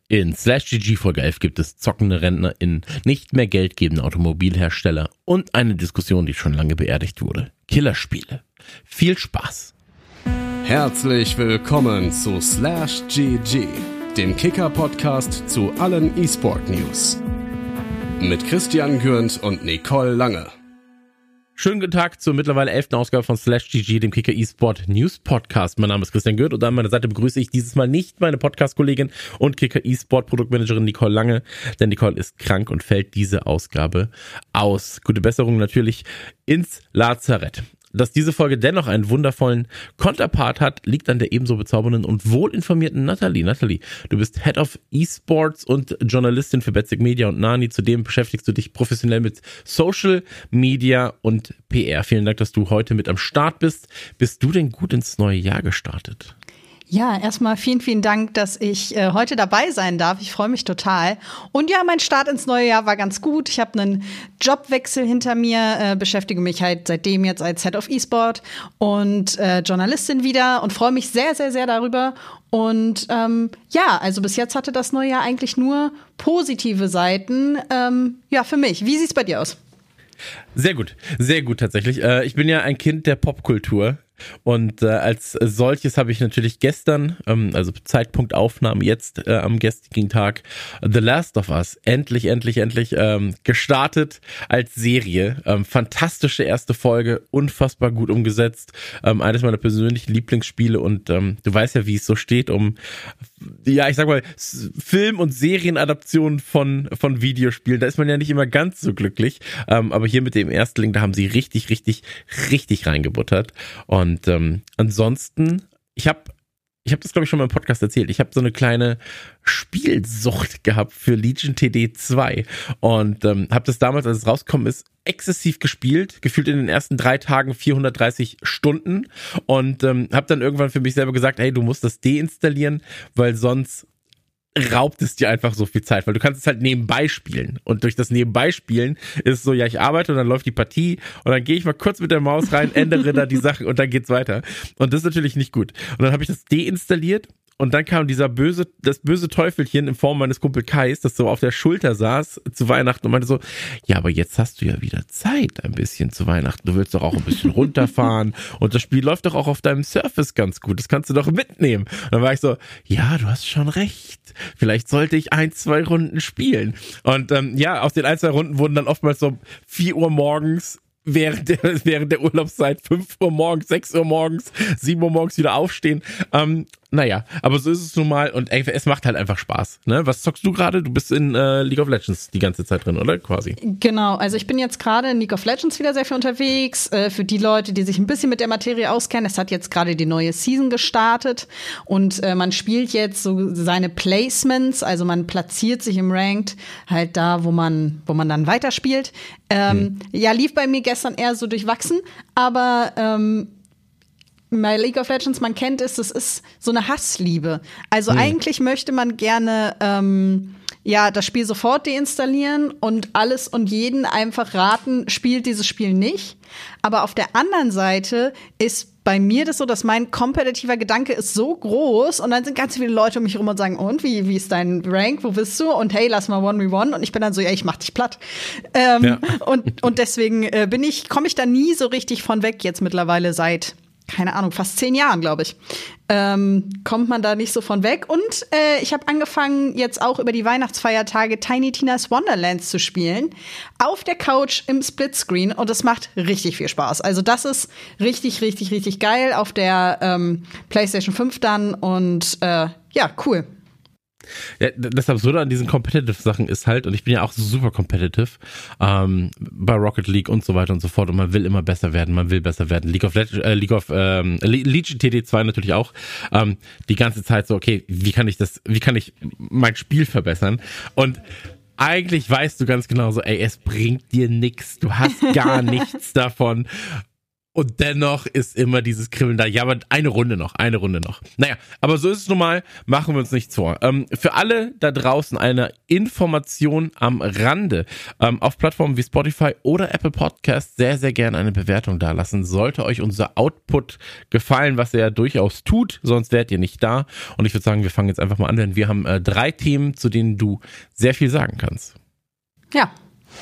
In /GG Folge 11 gibt es zockende RentnerInnen, nicht mehr geldgebende Automobilhersteller und eine Diskussion, die schon lange beerdigt wurde. Killerspiele. Viel Spaß! Herzlich willkommen zu /GG, dem Kicker-Podcast zu allen E-Sport-News. Mit Christian Gürnt und Nicole Lange. Schönen guten Tag zur mittlerweile 11. Ausgabe von /GG, dem Kicker eSport News Podcast. Mein Name ist Christian Gürnt und an meiner Seite begrüße ich dieses Mal nicht meine Podcast-Kollegin und Kicker eSport Produktmanagerin Nicole Lange, denn Nicole ist krank und fällt diese Ausgabe aus. Gute Besserung natürlich ins Lazarett. Dass diese Folge dennoch einen wundervollen Konterpart hat, liegt an der ebenso bezaubernden und wohlinformierten Nathalie. Nathalie, du bist Head of eSports und Journalistin für Betzik Media und Nani. Zudem beschäftigst du dich professionell mit Social Media und PR. Vielen Dank, dass du heute mit am Start bist. Bist du denn gut ins neue Jahr gestartet? Ja, erstmal vielen, vielen Dank, dass ich heute dabei sein darf. Ich freue mich total. Und ja, mein Start ins neue Jahr war ganz gut. Ich habe einen Jobwechsel hinter mir, beschäftige mich halt seitdem jetzt als Head of eSport und Journalistin wieder und freue mich sehr, sehr, sehr darüber. Und ja, also bis jetzt hatte das neue Jahr eigentlich nur positive Seiten. Ja, für mich. Wie sieht's bei dir aus? Sehr gut tatsächlich. Ich bin ja ein Kind der Popkultur. Und als solches habe ich natürlich gestern, also Zeitpunkt Aufnahme jetzt am gestrigen Tag, The Last of Us endlich gestartet als Serie. Fantastische erste Folge, unfassbar gut umgesetzt. Eines meiner persönlichen Lieblingsspiele und du weißt ja, wie es so steht ja, ich sag mal, Film- und Serienadaptionen von Videospielen. Da ist man ja nicht immer ganz so glücklich. Aber hier mit dem Erstling, da haben sie richtig reingebuttert. Und ansonsten, ich habe das, glaube ich, schon mal im Podcast erzählt. Ich habe so eine kleine Spielsucht gehabt für Legion TD 2 und habe das damals, als es rausgekommen ist, exzessiv gespielt, gefühlt in den ersten 3 Tagen 430 Stunden und habe dann irgendwann für mich selber gesagt, hey, du musst das deinstallieren, weil sonst raubt es dir einfach so viel Zeit, weil du kannst es halt nebenbei spielen und durch das nebenbei spielen ist es so, ja, ich arbeite und dann läuft die Partie und dann gehe ich mal kurz mit der Maus rein, ändere da die Sachen und dann geht's weiter und das ist natürlich nicht gut und dann habe ich das deinstalliert und dann kam das böse Teufelchen in Form meines Kumpel Kais, das so auf der Schulter saß zu Weihnachten und meinte so, ja, aber jetzt hast du ja wieder Zeit ein bisschen zu Weihnachten. Du willst doch auch ein bisschen runterfahren und das Spiel läuft doch auch auf deinem Surface ganz gut. Das kannst du doch mitnehmen. Und dann war ich so, ja, du hast schon recht. Vielleicht sollte ich 1-2 Runden spielen. Und ja, aus den 1-2 Runden wurden dann oftmals so 4 Uhr morgens während der Urlaubszeit, 5 Uhr morgens, 6 Uhr morgens, 7 Uhr morgens wieder aufstehen. Naja, aber so ist es nun mal und ey, es macht halt einfach Spaß. Ne? Was zockst du gerade? Du bist in League of Legends die ganze Zeit drin, oder? Quasi. Genau, also ich bin jetzt gerade in League of Legends wieder sehr viel unterwegs. Für die Leute, die sich ein bisschen mit der Materie auskennen, es hat jetzt gerade die neue Season gestartet und man spielt jetzt so seine Placements, also man platziert sich im Ranked halt da, wo man dann weiterspielt. Ja, lief bei mir gestern eher so durchwachsen, aber bei League of Legends, man kennt es, das ist so eine Hassliebe. Also eigentlich möchte man gerne ja, das Spiel sofort deinstallieren und alles und jeden einfach raten, spielt dieses Spiel nicht. Aber auf der anderen Seite ist bei mir das so, dass mein kompetitiver Gedanke ist so groß und dann sind ganz viele Leute um mich rum und sagen, und wie ist dein Rank, wo bist du? Und hey, lass mal 1v1 und ich bin dann so, ja, ich mach dich platt. Ja. Und deswegen komme ich da nie so richtig von weg jetzt mittlerweile seit keine Ahnung, fast 10 Jahren, glaube ich, kommt man da nicht so von weg. Und ich habe angefangen, jetzt auch über die Weihnachtsfeiertage Tiny Tina's Wonderlands zu spielen. Auf der Couch im Splitscreen. Und es macht richtig viel Spaß. Also das ist richtig geil. Auf der PlayStation 5 dann. Und ja, cool. Ja, das Absurde an diesen Competitive-Sachen ist halt, und ich bin ja auch super competitive, bei Rocket League und so weiter und so fort, und man will immer besser werden, Legion TD 2 natürlich auch, die ganze Zeit so, okay, wie kann ich mein Spiel verbessern? Und eigentlich weißt du ganz genau so, ey, es bringt dir nix, du hast gar nichts davon. Und dennoch ist immer dieses Kribbeln da. Ja, aber eine Runde noch. Naja, aber so ist es nun mal. Machen wir uns nichts vor. Für alle da draußen eine Information am Rande. Auf Plattformen wie Spotify oder Apple Podcast sehr, sehr gerne eine Bewertung dalassen. Sollte euch unser Output gefallen, was er ja durchaus tut, sonst wärt ihr nicht da. Und ich würde sagen, wir fangen jetzt einfach mal an, denn wir haben 3 Themen, zu denen du sehr viel sagen kannst. Ja.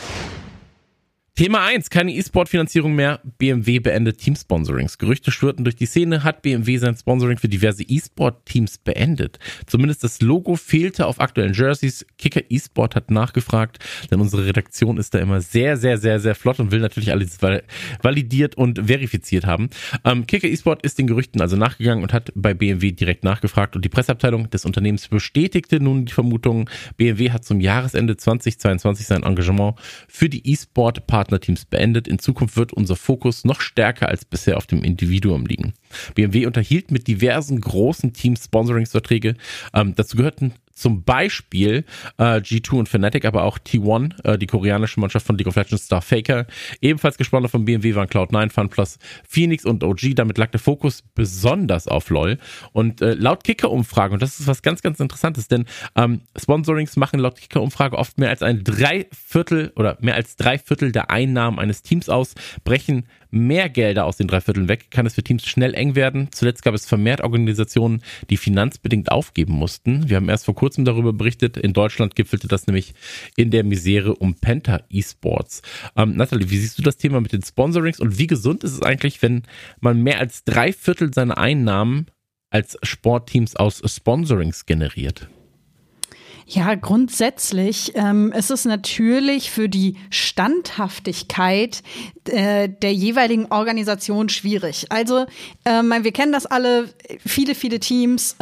Thema 1, keine E-Sport-Finanzierung mehr. BMW beendet Team-Sponsorings. Gerüchte schwirrten durch die Szene, hat BMW sein Sponsoring für diverse E-Sport-Teams beendet. Zumindest das Logo fehlte auf aktuellen Jerseys. Kicker E-Sport hat nachgefragt, denn unsere Redaktion ist da immer sehr, sehr, sehr, sehr flott und will natürlich alles validiert und verifiziert haben. Kicker E-Sport ist den Gerüchten also nachgegangen und hat bei BMW direkt nachgefragt und die Presseabteilung des Unternehmens bestätigte nun die Vermutungen. BMW hat zum Jahresende 2022 sein Engagement für die E-Sport-Partnerteams beendet. In Zukunft wird unser Fokus noch stärker als bisher auf dem Individuum liegen. BMW unterhielt mit diversen großen Teams Sponsoringsverträge. Dazu gehörten zum Beispiel G2 und Fnatic, aber auch T1, die koreanische Mannschaft von League of Legends Star Faker. Ebenfalls Gesponsert von BMW waren Cloud9, FunPlus, Phoenix und OG. Damit lag der Fokus besonders auf LoL. Und laut Kicker-Umfrage, und das ist was ganz, ganz Interessantes, denn Sponsorings machen laut Kicker-Umfrage oft mehr als drei Viertel der Einnahmen eines Teams aus, brechen mehr Gelder aus den 3/4 weg, kann es für Teams schnell eng werden. Zuletzt gab es vermehrt Organisationen, die finanzbedingt aufgeben mussten. Wir haben erst vor kurzem darüber berichtet. In Deutschland gipfelte das nämlich in der Misere um Penta Esports. Nathalie, wie siehst du das Thema mit den Sponsorings und wie gesund ist es eigentlich, wenn man mehr als 3/4 seiner Einnahmen als Sportteams aus Sponsorings generiert? Ja, grundsätzlich ist es natürlich für die Standhaftigkeit der jeweiligen Organisation schwierig. Also wir kennen das alle, viele Teams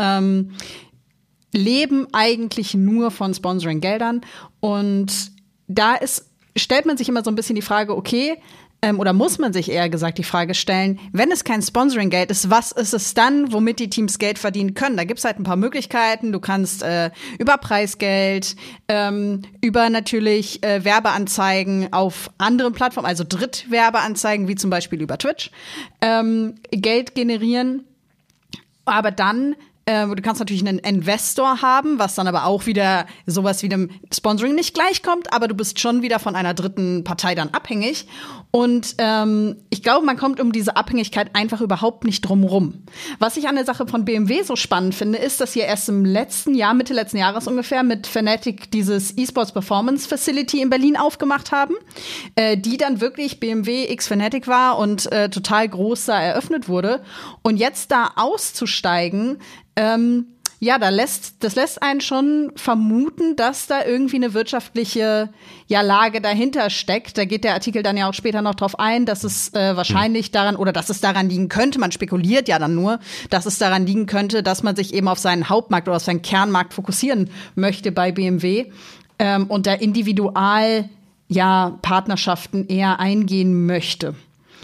leben eigentlich nur von Sponsoring-Geldern und da stellt man sich immer so ein bisschen die Frage, okay, oder muss man sich eher gesagt die Frage stellen, wenn es kein Sponsoring-Geld ist, was ist es dann, womit die Teams Geld verdienen können? Da gibt es halt ein paar Möglichkeiten. Du kannst über Preisgeld, über natürlich Werbeanzeigen auf anderen Plattformen, also Drittwerbeanzeigen, wie zum Beispiel über Twitch, Geld generieren. Aber dann du kannst natürlich einen Investor haben, was dann aber auch wieder sowas wie dem Sponsoring nicht gleichkommt, aber du bist schon wieder von einer dritten Partei dann abhängig. Und ich glaube, man kommt um diese Abhängigkeit einfach überhaupt nicht drum rum. Was ich an der Sache von BMW so spannend finde, ist, dass sie erst im letzten Jahr, Mitte letzten Jahres ungefähr, mit Fnatic dieses eSports Performance Facility in Berlin aufgemacht haben, die dann wirklich BMW x Fnatic war und total groß da eröffnet wurde. Und jetzt da auszusteigen, das lässt einen schon vermuten, dass da irgendwie eine wirtschaftliche Lage dahinter steckt. Da geht der Artikel dann ja auch später noch drauf ein, dass es wahrscheinlich daran liegen könnte, man spekuliert ja dann nur, dass es daran liegen könnte, dass man sich eben auf seinen Hauptmarkt oder auf seinen Kernmarkt fokussieren möchte bei BMW und da individual Partnerschaften eher eingehen möchte.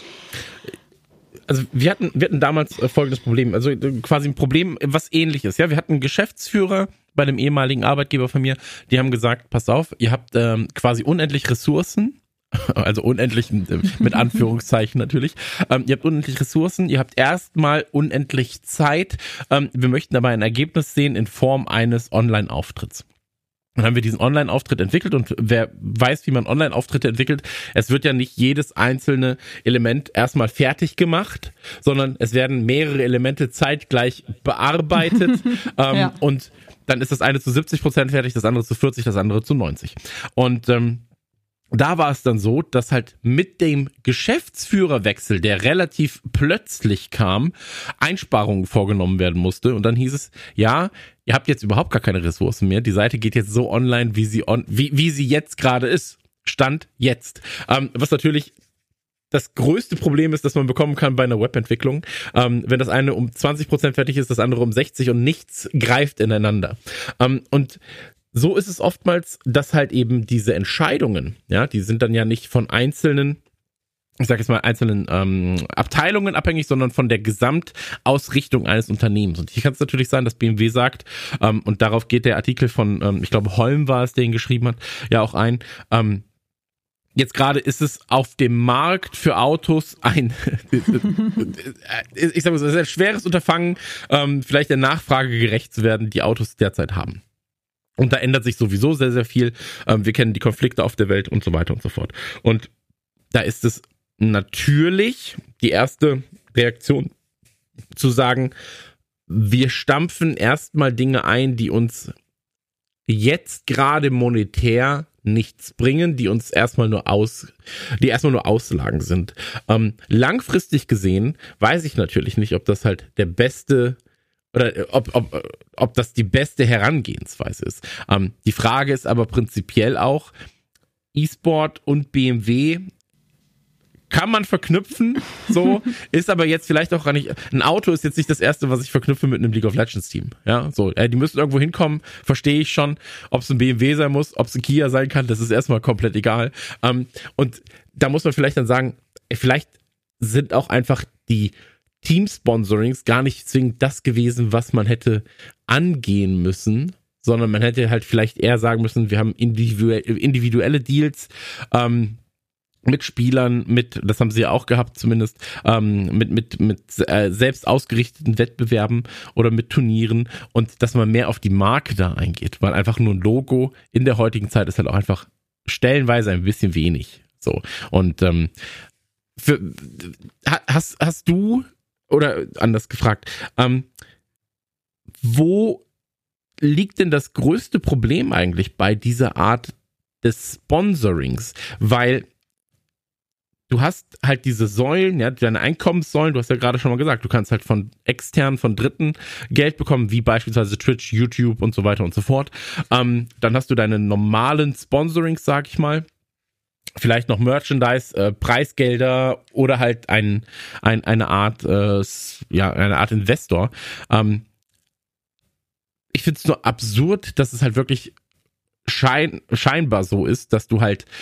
Also wir hatten damals folgendes Problem, also quasi ein Problem, was ähnliches. Ja, wir hatten einen Geschäftsführer bei dem ehemaligen Arbeitgeber von mir, die haben gesagt, pass auf, ihr habt quasi unendlich Ressourcen, also unendlich mit Anführungszeichen natürlich. Ihr habt unendlich Ressourcen, ihr habt erstmal unendlich Zeit. Wir möchten aber ein Ergebnis sehen in Form eines Online-Auftritts. Dann haben wir diesen Online-Auftritt entwickelt und wer weiß, wie man Online-Auftritte entwickelt, es wird ja nicht jedes einzelne Element erstmal fertig gemacht, sondern es werden mehrere Elemente zeitgleich bearbeitet und dann ist das eine zu 70% fertig, das andere zu 40%, das andere zu 90%. Und da war es dann so, dass halt mit dem Geschäftsführerwechsel, der relativ plötzlich kam, Einsparungen vorgenommen werden musste. Und dann hieß es, ja, ihr habt jetzt überhaupt gar keine Ressourcen mehr. Die Seite geht jetzt so online, wie sie jetzt gerade ist. Stand jetzt. Was natürlich das größte Problem ist, das man bekommen kann bei einer Webentwicklung. Wenn das eine um 20% fertig ist, das andere um 60% und nichts greift ineinander. Und so ist es oftmals, dass halt eben diese Entscheidungen, die sind dann ja nicht von einzelnen Abteilungen abhängig, sondern von der Gesamtausrichtung eines Unternehmens. Und hier kann es natürlich sein, dass BMW sagt, und darauf geht der Artikel von, ich glaube Holm war es, der ihn geschrieben hat, ja auch ein, Jetzt gerade ist es auf dem Markt für Autos ein, ich sag mal so, ein schweres Unterfangen, vielleicht der Nachfrage gerecht zu werden, die Autos derzeit haben. Und da ändert sich sowieso sehr, sehr viel. Wir kennen die Konflikte auf der Welt und so weiter und so fort. Und da ist es natürlich die erste Reaktion zu sagen, wir stampfen erstmal Dinge ein, die uns jetzt gerade monetär nichts bringen, die uns erstmal nur Auslagen sind. Langfristig gesehen weiß ich natürlich nicht, ob das halt der beste oder ob das die beste Herangehensweise ist. Die Frage ist aber prinzipiell auch, E-Sport und BMW kann man verknüpfen, so, ist aber jetzt vielleicht auch gar nicht, ein Auto ist jetzt nicht das erste, was ich verknüpfe mit einem League of Legends Team, ja, so, die müssen irgendwo hinkommen, verstehe ich schon, ob es ein BMW sein muss, ob es ein Kia sein kann, das ist erstmal komplett egal, und da muss man vielleicht dann sagen, vielleicht sind auch einfach die Team-Sponsorings gar nicht zwingend das gewesen, was man hätte angehen müssen, sondern man hätte halt vielleicht eher sagen müssen, wir haben individuelle Deals, mit Spielern, das haben sie ja auch gehabt zumindest, mit selbst ausgerichteten Wettbewerben oder mit Turnieren und dass man mehr auf die Marke da eingeht, weil einfach nur ein Logo in der heutigen Zeit ist halt auch einfach stellenweise ein bisschen wenig. So. Und hast du, oder anders gefragt, wo liegt denn das größte Problem eigentlich bei dieser Art des Sponsorings? Weil du hast halt diese Säulen, ja, deine Einkommenssäulen, du hast ja gerade schon mal gesagt, du kannst halt von externen, von Dritten Geld bekommen, wie beispielsweise Twitch, YouTube und so weiter und so fort. Dann hast du deine normalen Sponsorings, sag ich mal. Vielleicht noch Merchandise, Preisgelder oder halt eine Art Investor. Ich finde es nur absurd, dass es halt wirklich scheinbar so ist, dass du halt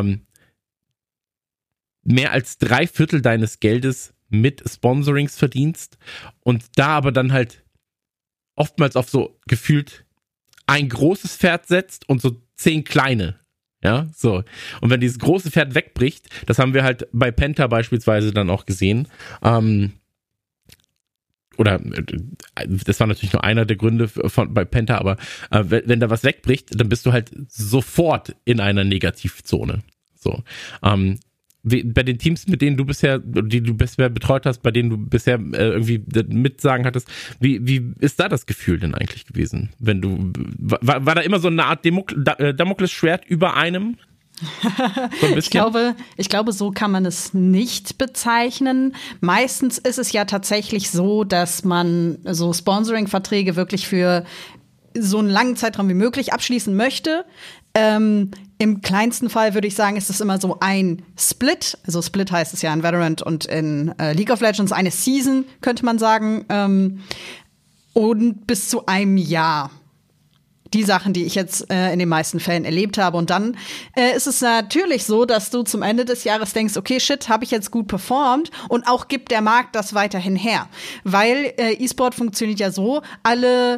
mehr als 3/4 deines Geldes mit Sponsorings verdienst und da aber dann halt oftmals auf so gefühlt ein großes Pferd setzt und so 10 kleine. Ja, so. Und wenn dieses große Pferd wegbricht, das haben wir halt bei Penta beispielsweise dann auch gesehen, oder das war natürlich nur einer der Gründe bei Penta, aber wenn da was wegbricht, dann bist du halt sofort in einer Negativzone. So. Bei den Teams, die du bisher betreut hast, bei denen du bisher irgendwie Mitsagen hattest, wie ist da das Gefühl denn eigentlich gewesen? Wenn du war da immer so eine Art Damoklesschwert über einem? So ein ich glaube, so kann man es nicht bezeichnen. Meistens ist es ja tatsächlich so, dass man so Sponsoring-Verträge wirklich für so einen langen Zeitraum wie möglich abschließen möchte. Im kleinsten Fall würde ich sagen, ist es immer so ein Split. Also Split heißt es ja in Valorant und in League of Legends eine Season, könnte man sagen. Und bis zu einem Jahr. Die Sachen, die ich jetzt in den meisten Fällen erlebt habe. Und dann ist es natürlich so, dass du zum Ende des Jahres denkst, okay, shit, habe ich jetzt gut performt und auch gibt der Markt das weiterhin her. Weil E-Sport funktioniert ja so, alle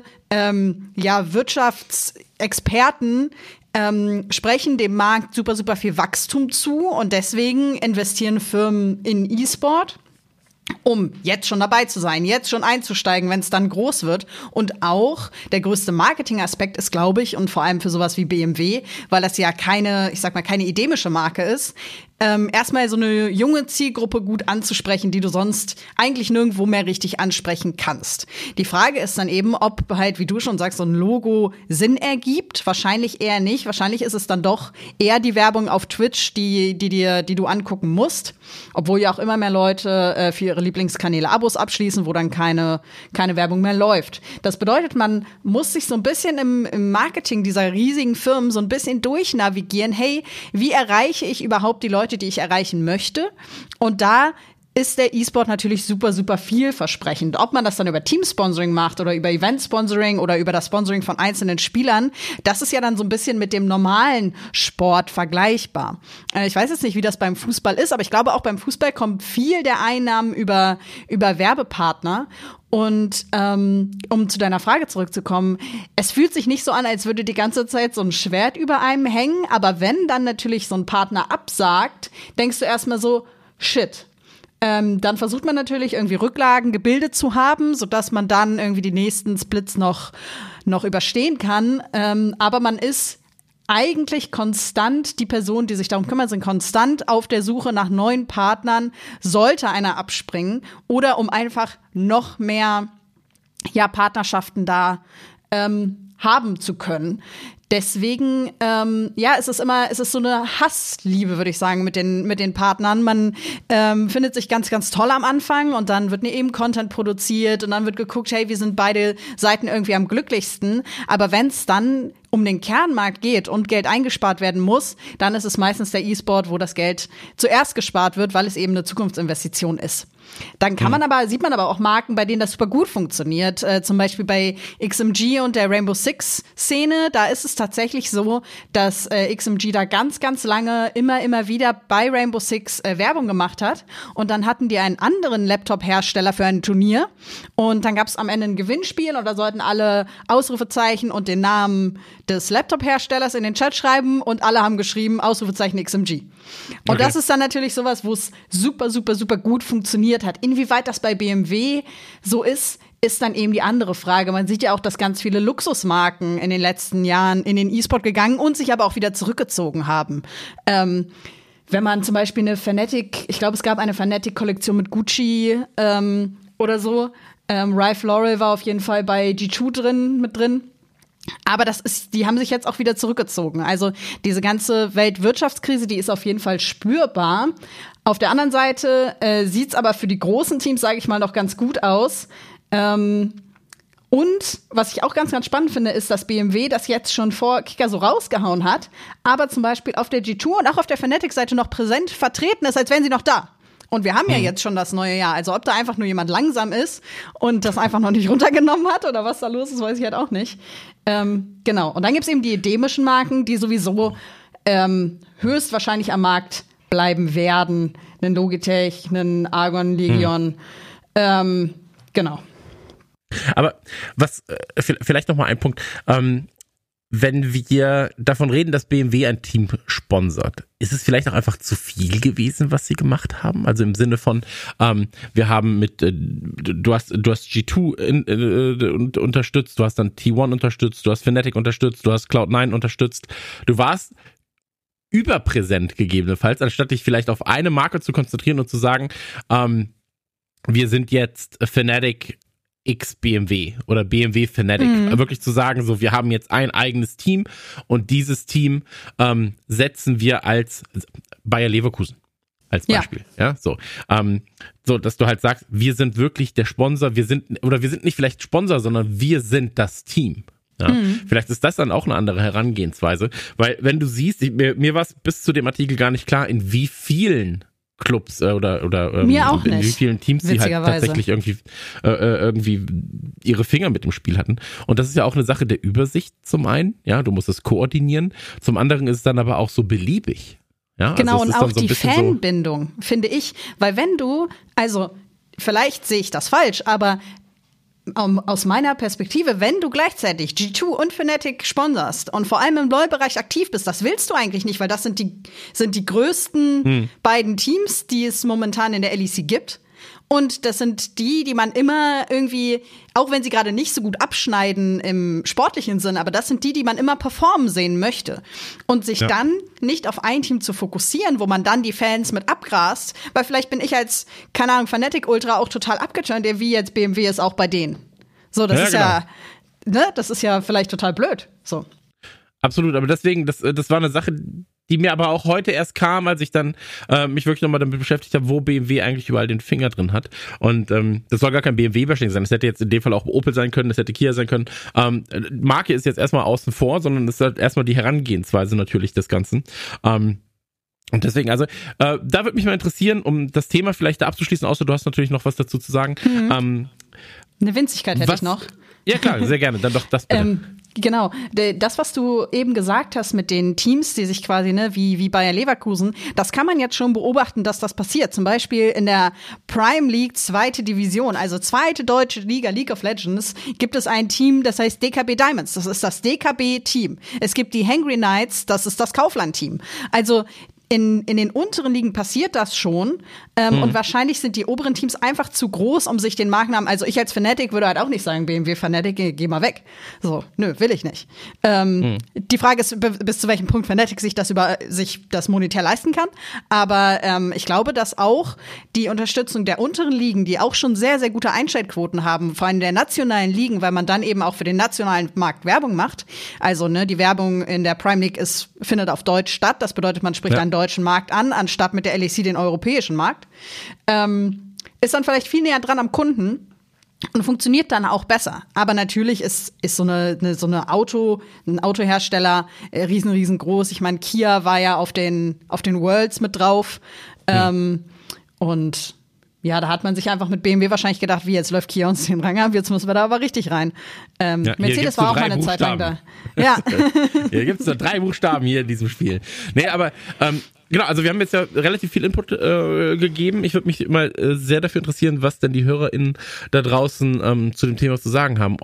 Wirtschaftsexperten sprechen dem Markt super, super viel Wachstum zu und deswegen investieren Firmen in E-Sport, um jetzt schon dabei zu sein, jetzt schon einzusteigen, wenn es dann groß wird. Und auch der größte Marketingaspekt ist, glaube ich, und vor allem für sowas wie BMW, weil das ja keine endemische Marke ist, erstmal so eine junge Zielgruppe gut anzusprechen, die du sonst eigentlich nirgendwo mehr richtig ansprechen kannst. Die Frage ist dann eben, ob halt, wie du schon sagst, so ein Logo Sinn ergibt. Wahrscheinlich eher nicht. Wahrscheinlich ist es dann doch eher die Werbung auf Twitch, die du angucken musst. Obwohl ja auch immer mehr Leute für ihre Lieblingskanäle Abos abschließen, wo dann keine Werbung mehr läuft. Das bedeutet, man muss sich so ein bisschen im Marketing dieser riesigen Firmen so ein bisschen durchnavigieren. Hey, wie erreiche ich überhaupt die Leute, die ich erreichen möchte? Und da ist der E-Sport natürlich super, super vielversprechend. Ob man das dann über Team-Sponsoring macht oder über Event-Sponsoring oder über das Sponsoring von einzelnen Spielern, das ist ja dann so ein bisschen mit dem normalen Sport vergleichbar. Ich weiß jetzt nicht, wie das beim Fußball ist, aber ich glaube, auch beim Fußball kommt viel der Einnahmen über Werbepartner. Und um zu deiner Frage zurückzukommen, es fühlt sich nicht so an, als würde die ganze Zeit so ein Schwert über einem hängen, aber wenn dann natürlich so ein Partner absagt, denkst du erstmal so, shit. Dann versucht man natürlich irgendwie Rücklagen gebildet zu haben, sodass man dann irgendwie die nächsten Splits noch überstehen kann. Aber man ist eigentlich konstant, die Personen, die sich darum kümmern, sind konstant auf der Suche nach neuen Partnern, sollte einer abspringen oder um einfach noch mehr Partnerschaften da haben zu können. Deswegen, es ist so eine Hassliebe, würde ich sagen, mit den Partnern. Man findet sich ganz, ganz toll am Anfang und dann wird eben Content produziert und dann wird geguckt, hey, wir sind beide Seiten irgendwie am glücklichsten. Aber wenn es dann um den Kernmarkt geht und Geld eingespart werden muss, dann ist es meistens der E-Sport, wo das Geld zuerst gespart wird, weil es eben eine Zukunftsinvestition ist. Dann sieht man aber auch Marken, bei denen das super gut funktioniert. Zum Beispiel bei XMG und der Rainbow Six Szene. Da ist es tatsächlich so, dass XMG da ganz, ganz lange immer wieder bei Rainbow Six Werbung gemacht hat. Und dann hatten die einen anderen Laptop-Hersteller für ein Turnier. Und dann gab es am Ende ein Gewinnspiel und da sollten alle Ausrufezeichen und den Namen des Laptop-Herstellers in den Chat schreiben und alle haben geschrieben Ausrufezeichen XMG. Und okay. Das ist dann natürlich sowas, wo es super, super, super gut funktioniert hat. Inwieweit das bei BMW so ist dann eben die andere Frage. Man sieht ja auch, dass ganz viele Luxusmarken in den letzten Jahren in den E-Sport gegangen und sich aber auch wieder zurückgezogen haben. Wenn man zum Beispiel eine Fnatic, ich glaube, es gab eine Fnatic-Kollektion mit Gucci oder so. Ralph Lauren war auf jeden Fall bei G2 mit drin. Aber die haben sich jetzt auch wieder zurückgezogen. Also diese ganze Weltwirtschaftskrise, die ist auf jeden Fall spürbar. Auf der anderen Seite sieht's aber für die großen Teams, sage ich mal, noch ganz gut aus. Und was ich auch ganz, ganz spannend finde, ist, dass BMW das jetzt schon vor Kicker so rausgehauen hat, aber zum Beispiel auf der G2 und auch auf der Fnatic-Seite noch präsent vertreten ist, als wären sie noch da. Und wir haben ja jetzt schon das neue Jahr. Also ob da einfach nur jemand langsam ist und das einfach noch nicht runtergenommen hat oder was da los ist, weiß ich halt auch nicht. Genau. Und dann gibt's eben die endemischen Marken, die sowieso höchstwahrscheinlich am Markt bleiben werden. Einen Logitech, einen Argon, Legion. Genau. Aber was, vielleicht noch mal ein Punkt. Wenn wir davon reden, dass BMW ein Team sponsert, ist es vielleicht auch einfach zu viel gewesen, was sie gemacht haben? Also im Sinne von, wir haben du hast G2 unterstützt, du hast dann T1 unterstützt, du hast Fnatic unterstützt, du hast Cloud9 unterstützt. Du warst überpräsent gegebenenfalls, anstatt dich vielleicht auf eine Marke zu konzentrieren und zu sagen, wir sind jetzt Fnatic X BMW oder BMW Fnatic, wirklich zu sagen, so, wir haben jetzt ein eigenes Team und dieses Team setzen wir als Bayer Leverkusen als Beispiel, so, dass du halt sagst, wir sind wirklich der Sponsor, wir sind nicht vielleicht Sponsor, sondern wir sind das Team. Ja, vielleicht ist das dann auch eine andere Herangehensweise, weil wenn du siehst, mir war es bis zu dem Artikel gar nicht klar, in wie vielen Clubs oder mir auch in wie vielen Teams die halt tatsächlich irgendwie ihre Finger mit dem Spiel hatten. Und das ist ja auch eine Sache der Übersicht zum einen, ja, du musst es koordinieren, zum anderen ist es dann aber auch so beliebig. Ja, genau, also und auch so die Fanbindung, finde ich, weil vielleicht sehe ich das falsch, aber aus meiner Perspektive, wenn du gleichzeitig G2 und Fnatic sponsorst und vor allem im LoL-Bereich aktiv bist, das willst du eigentlich nicht, weil das sind die größten beiden Teams, die es momentan in der LEC gibt. Und das sind die man immer irgendwie, auch wenn sie gerade nicht so gut abschneiden im sportlichen Sinn, aber das sind die man immer performen sehen möchte. Und sich dann nicht auf ein Team zu fokussieren, wo man dann die Fans mit abgrast, weil vielleicht bin ich als, keine Ahnung, Fnatic-Ultra auch total abgeturnt, wie jetzt BMW ist auch bei denen. So, das ist das ist ja vielleicht total blöd. So. Absolut, aber deswegen, das war eine Sache, die mir aber auch heute erst kam, als ich dann mich wirklich nochmal damit beschäftigt habe, wo BMW eigentlich überall den Finger drin hat. Und das soll gar kein BMW-Bashing sein. Das hätte jetzt in dem Fall auch Opel sein können, das hätte Kia sein können. Marke ist jetzt erstmal außen vor, sondern es ist halt erstmal die Herangehensweise natürlich des Ganzen. Und deswegen, also da würde mich mal interessieren, um das Thema vielleicht da abzuschließen, außer du hast natürlich noch was dazu zu sagen. Eine Winzigkeit hätte ich noch. Ja klar, sehr gerne, dann doch das bitte. Genau, das, was du eben gesagt hast mit den Teams, die sich quasi, wie Bayer Leverkusen, das kann man jetzt schon beobachten, dass das passiert. Zum Beispiel in der Prime League 2. Division, also 2. deutsche Liga, League of Legends, gibt es ein Team, das heißt DKB Diamonds. Das ist das DKB-Team. Es gibt die Hangry Knights, das ist das Kaufland-Team. Also in den unteren Ligen passiert das schon. Und wahrscheinlich sind die oberen Teams einfach zu groß, um sich den Markennamen. Also ich als Fnatic würde halt auch nicht sagen, BMW Fnatic, geh mal weg. So, nö, will ich nicht. Die Frage ist, bis zu welchem Punkt Fnatic sich das monetär leisten kann. Aber ich glaube, dass auch die Unterstützung der unteren Ligen, die auch schon sehr, sehr gute Einschaltquoten haben, vor allem der nationalen Ligen, weil man dann eben auch für den nationalen Markt Werbung macht. Also, die Werbung in der Prime League findet auf Deutsch statt. Das bedeutet, man spricht einen deutschen Markt an, anstatt mit der LEC den europäischen Markt. Ist dann vielleicht viel näher dran am Kunden und funktioniert dann auch besser. Aber natürlich ist so ein Autohersteller riesengroß. Ich meine, Kia war ja auf den Worlds mit drauf. Und ja, da hat man sich einfach mit BMW wahrscheinlich gedacht, wie, jetzt läuft Kia uns den Rang ab, jetzt müssen wir da aber richtig rein. Mercedes war auch mal eine Zeit lang da. Ja. Hier gibt's nur 3 Buchstaben hier in diesem Spiel. Nee, aber genau, also wir haben jetzt ja relativ viel Input gegeben. Ich würde mich immer sehr dafür interessieren, was denn die HörerInnen da draußen zu dem Thema zu sagen haben.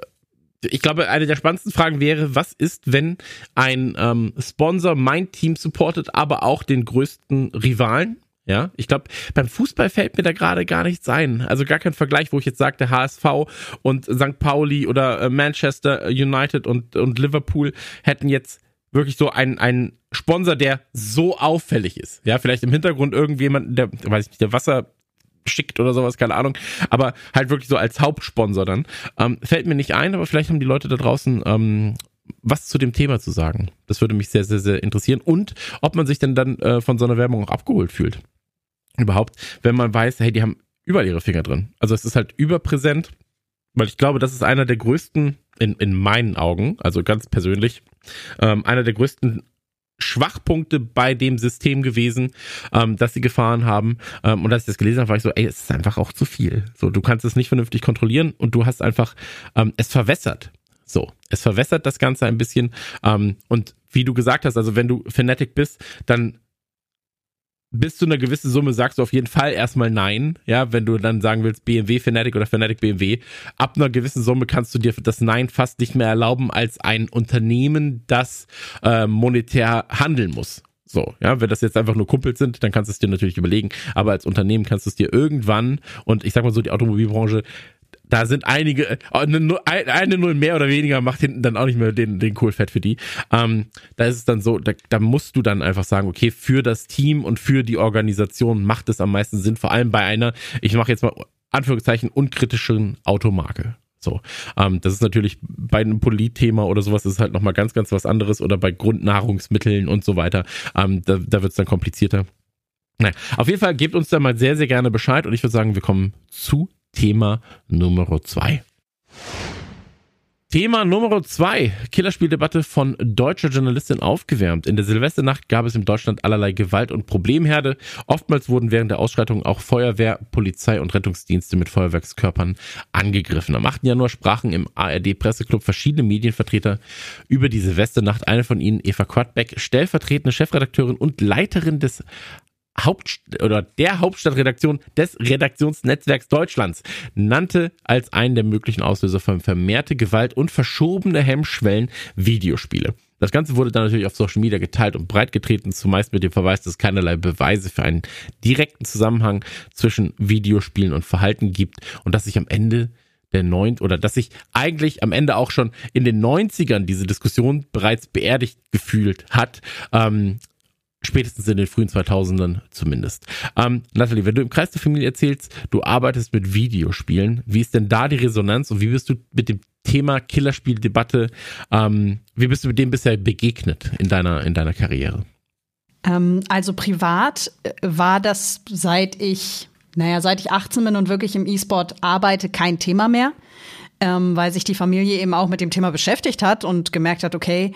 Ich glaube, eine der spannendsten Fragen wäre, was ist, wenn ein Sponsor mein Team supportet, aber auch den größten Rivalen? Ja, ich glaube, beim Fußball fällt mir da gerade gar nichts ein. Also gar kein Vergleich, wo ich jetzt sage, der HSV und St. Pauli oder Manchester United und Liverpool hätten jetzt wirklich so einen Sponsor, der so auffällig ist. Ja, vielleicht im Hintergrund irgendjemand, der, weiß ich nicht, der Wasser schickt oder sowas, keine Ahnung. Aber halt wirklich so als Hauptsponsor dann. Fällt mir nicht ein, aber vielleicht haben die Leute da draußen was zu dem Thema zu sagen. Das würde mich sehr, sehr, sehr interessieren. Und ob man sich denn dann von so einer Werbung auch abgeholt fühlt. Überhaupt, wenn man weiß, hey, die haben überall ihre Finger drin. Also es ist halt überpräsent, weil ich glaube, das ist einer der größten, in meinen Augen, also ganz persönlich, einer der größten Schwachpunkte bei dem System gewesen, dass sie gefahren haben. Und als ich das gelesen habe, war ich so, ey, es ist einfach auch zu viel. So, du kannst es nicht vernünftig kontrollieren und du hast einfach es verwässert. So, es verwässert das Ganze ein bisschen. Und wie du gesagt hast, also wenn du Fnatic bist, dann bis zu einer gewissen Summe sagst du auf jeden Fall erstmal nein. Ja, wenn du dann sagen willst BMW Fnatic oder Fnatic BMW, ab einer gewissen Summe kannst du dir das Nein fast nicht mehr erlauben als ein Unternehmen, das monetär handeln muss. So, ja, wenn das jetzt einfach nur Kumpels sind, dann kannst du es dir natürlich überlegen, aber als Unternehmen kannst du es dir irgendwann, und ich sag mal so, die Automobilbranche, da sind einige, eine Null mehr oder weniger macht hinten dann auch nicht mehr den Kohlfett für die. Da ist es dann so, da musst du dann einfach sagen, okay, für das Team und für die Organisation macht es am meisten Sinn, vor allem bei einer, ich mache jetzt mal Anführungszeichen, unkritischen Automarke. So, das ist natürlich bei einem Politthema oder sowas ist halt nochmal ganz, ganz was anderes, oder bei Grundnahrungsmitteln und so weiter. Da wird es dann komplizierter. Naja, auf jeden Fall gebt uns da mal sehr, sehr gerne Bescheid, und ich würde sagen, wir kommen zu Thema Nummer 2. Thema Nummer 2. Killerspieldebatte von deutscher Journalistin aufgewärmt. In der Silvesternacht gab es in Deutschland allerlei Gewalt- und Problemherde. Oftmals wurden während der Ausschreitungen auch Feuerwehr, Polizei und Rettungsdienste mit Feuerwerkskörpern angegriffen. Am 8. Januar sprachen im ARD-Presseclub verschiedene Medienvertreter über die Silvesternacht. Eine von ihnen, Eva Quadbeck, stellvertretende Chefredakteurin und Leiterin des der Hauptstadtredaktion des Redaktionsnetzwerks Deutschlands, nannte als einen der möglichen Auslöser von vermehrte Gewalt und verschobene Hemmschwellen Videospiele. Das Ganze wurde dann natürlich auf Social Media geteilt und breitgetreten, zumeist mit dem Verweis, dass es keinerlei Beweise für einen direkten Zusammenhang zwischen Videospielen und Verhalten gibt und dass sich am Ende dass sich eigentlich am Ende auch schon in den 90ern diese Diskussion bereits beerdigt gefühlt hat, spätestens in den frühen 2000ern zumindest. Nathalie, wenn du im Kreis der Familie erzählst, du arbeitest mit Videospielen, wie ist denn da die Resonanz und wie bist du mit dem Thema Killerspieldebatte, wie bist du mit dem bisher begegnet in deiner Karriere? Also privat war das, seit ich 18 bin und wirklich im E-Sport arbeite, kein Thema mehr, weil sich die Familie eben auch mit dem Thema beschäftigt hat und gemerkt hat, okay,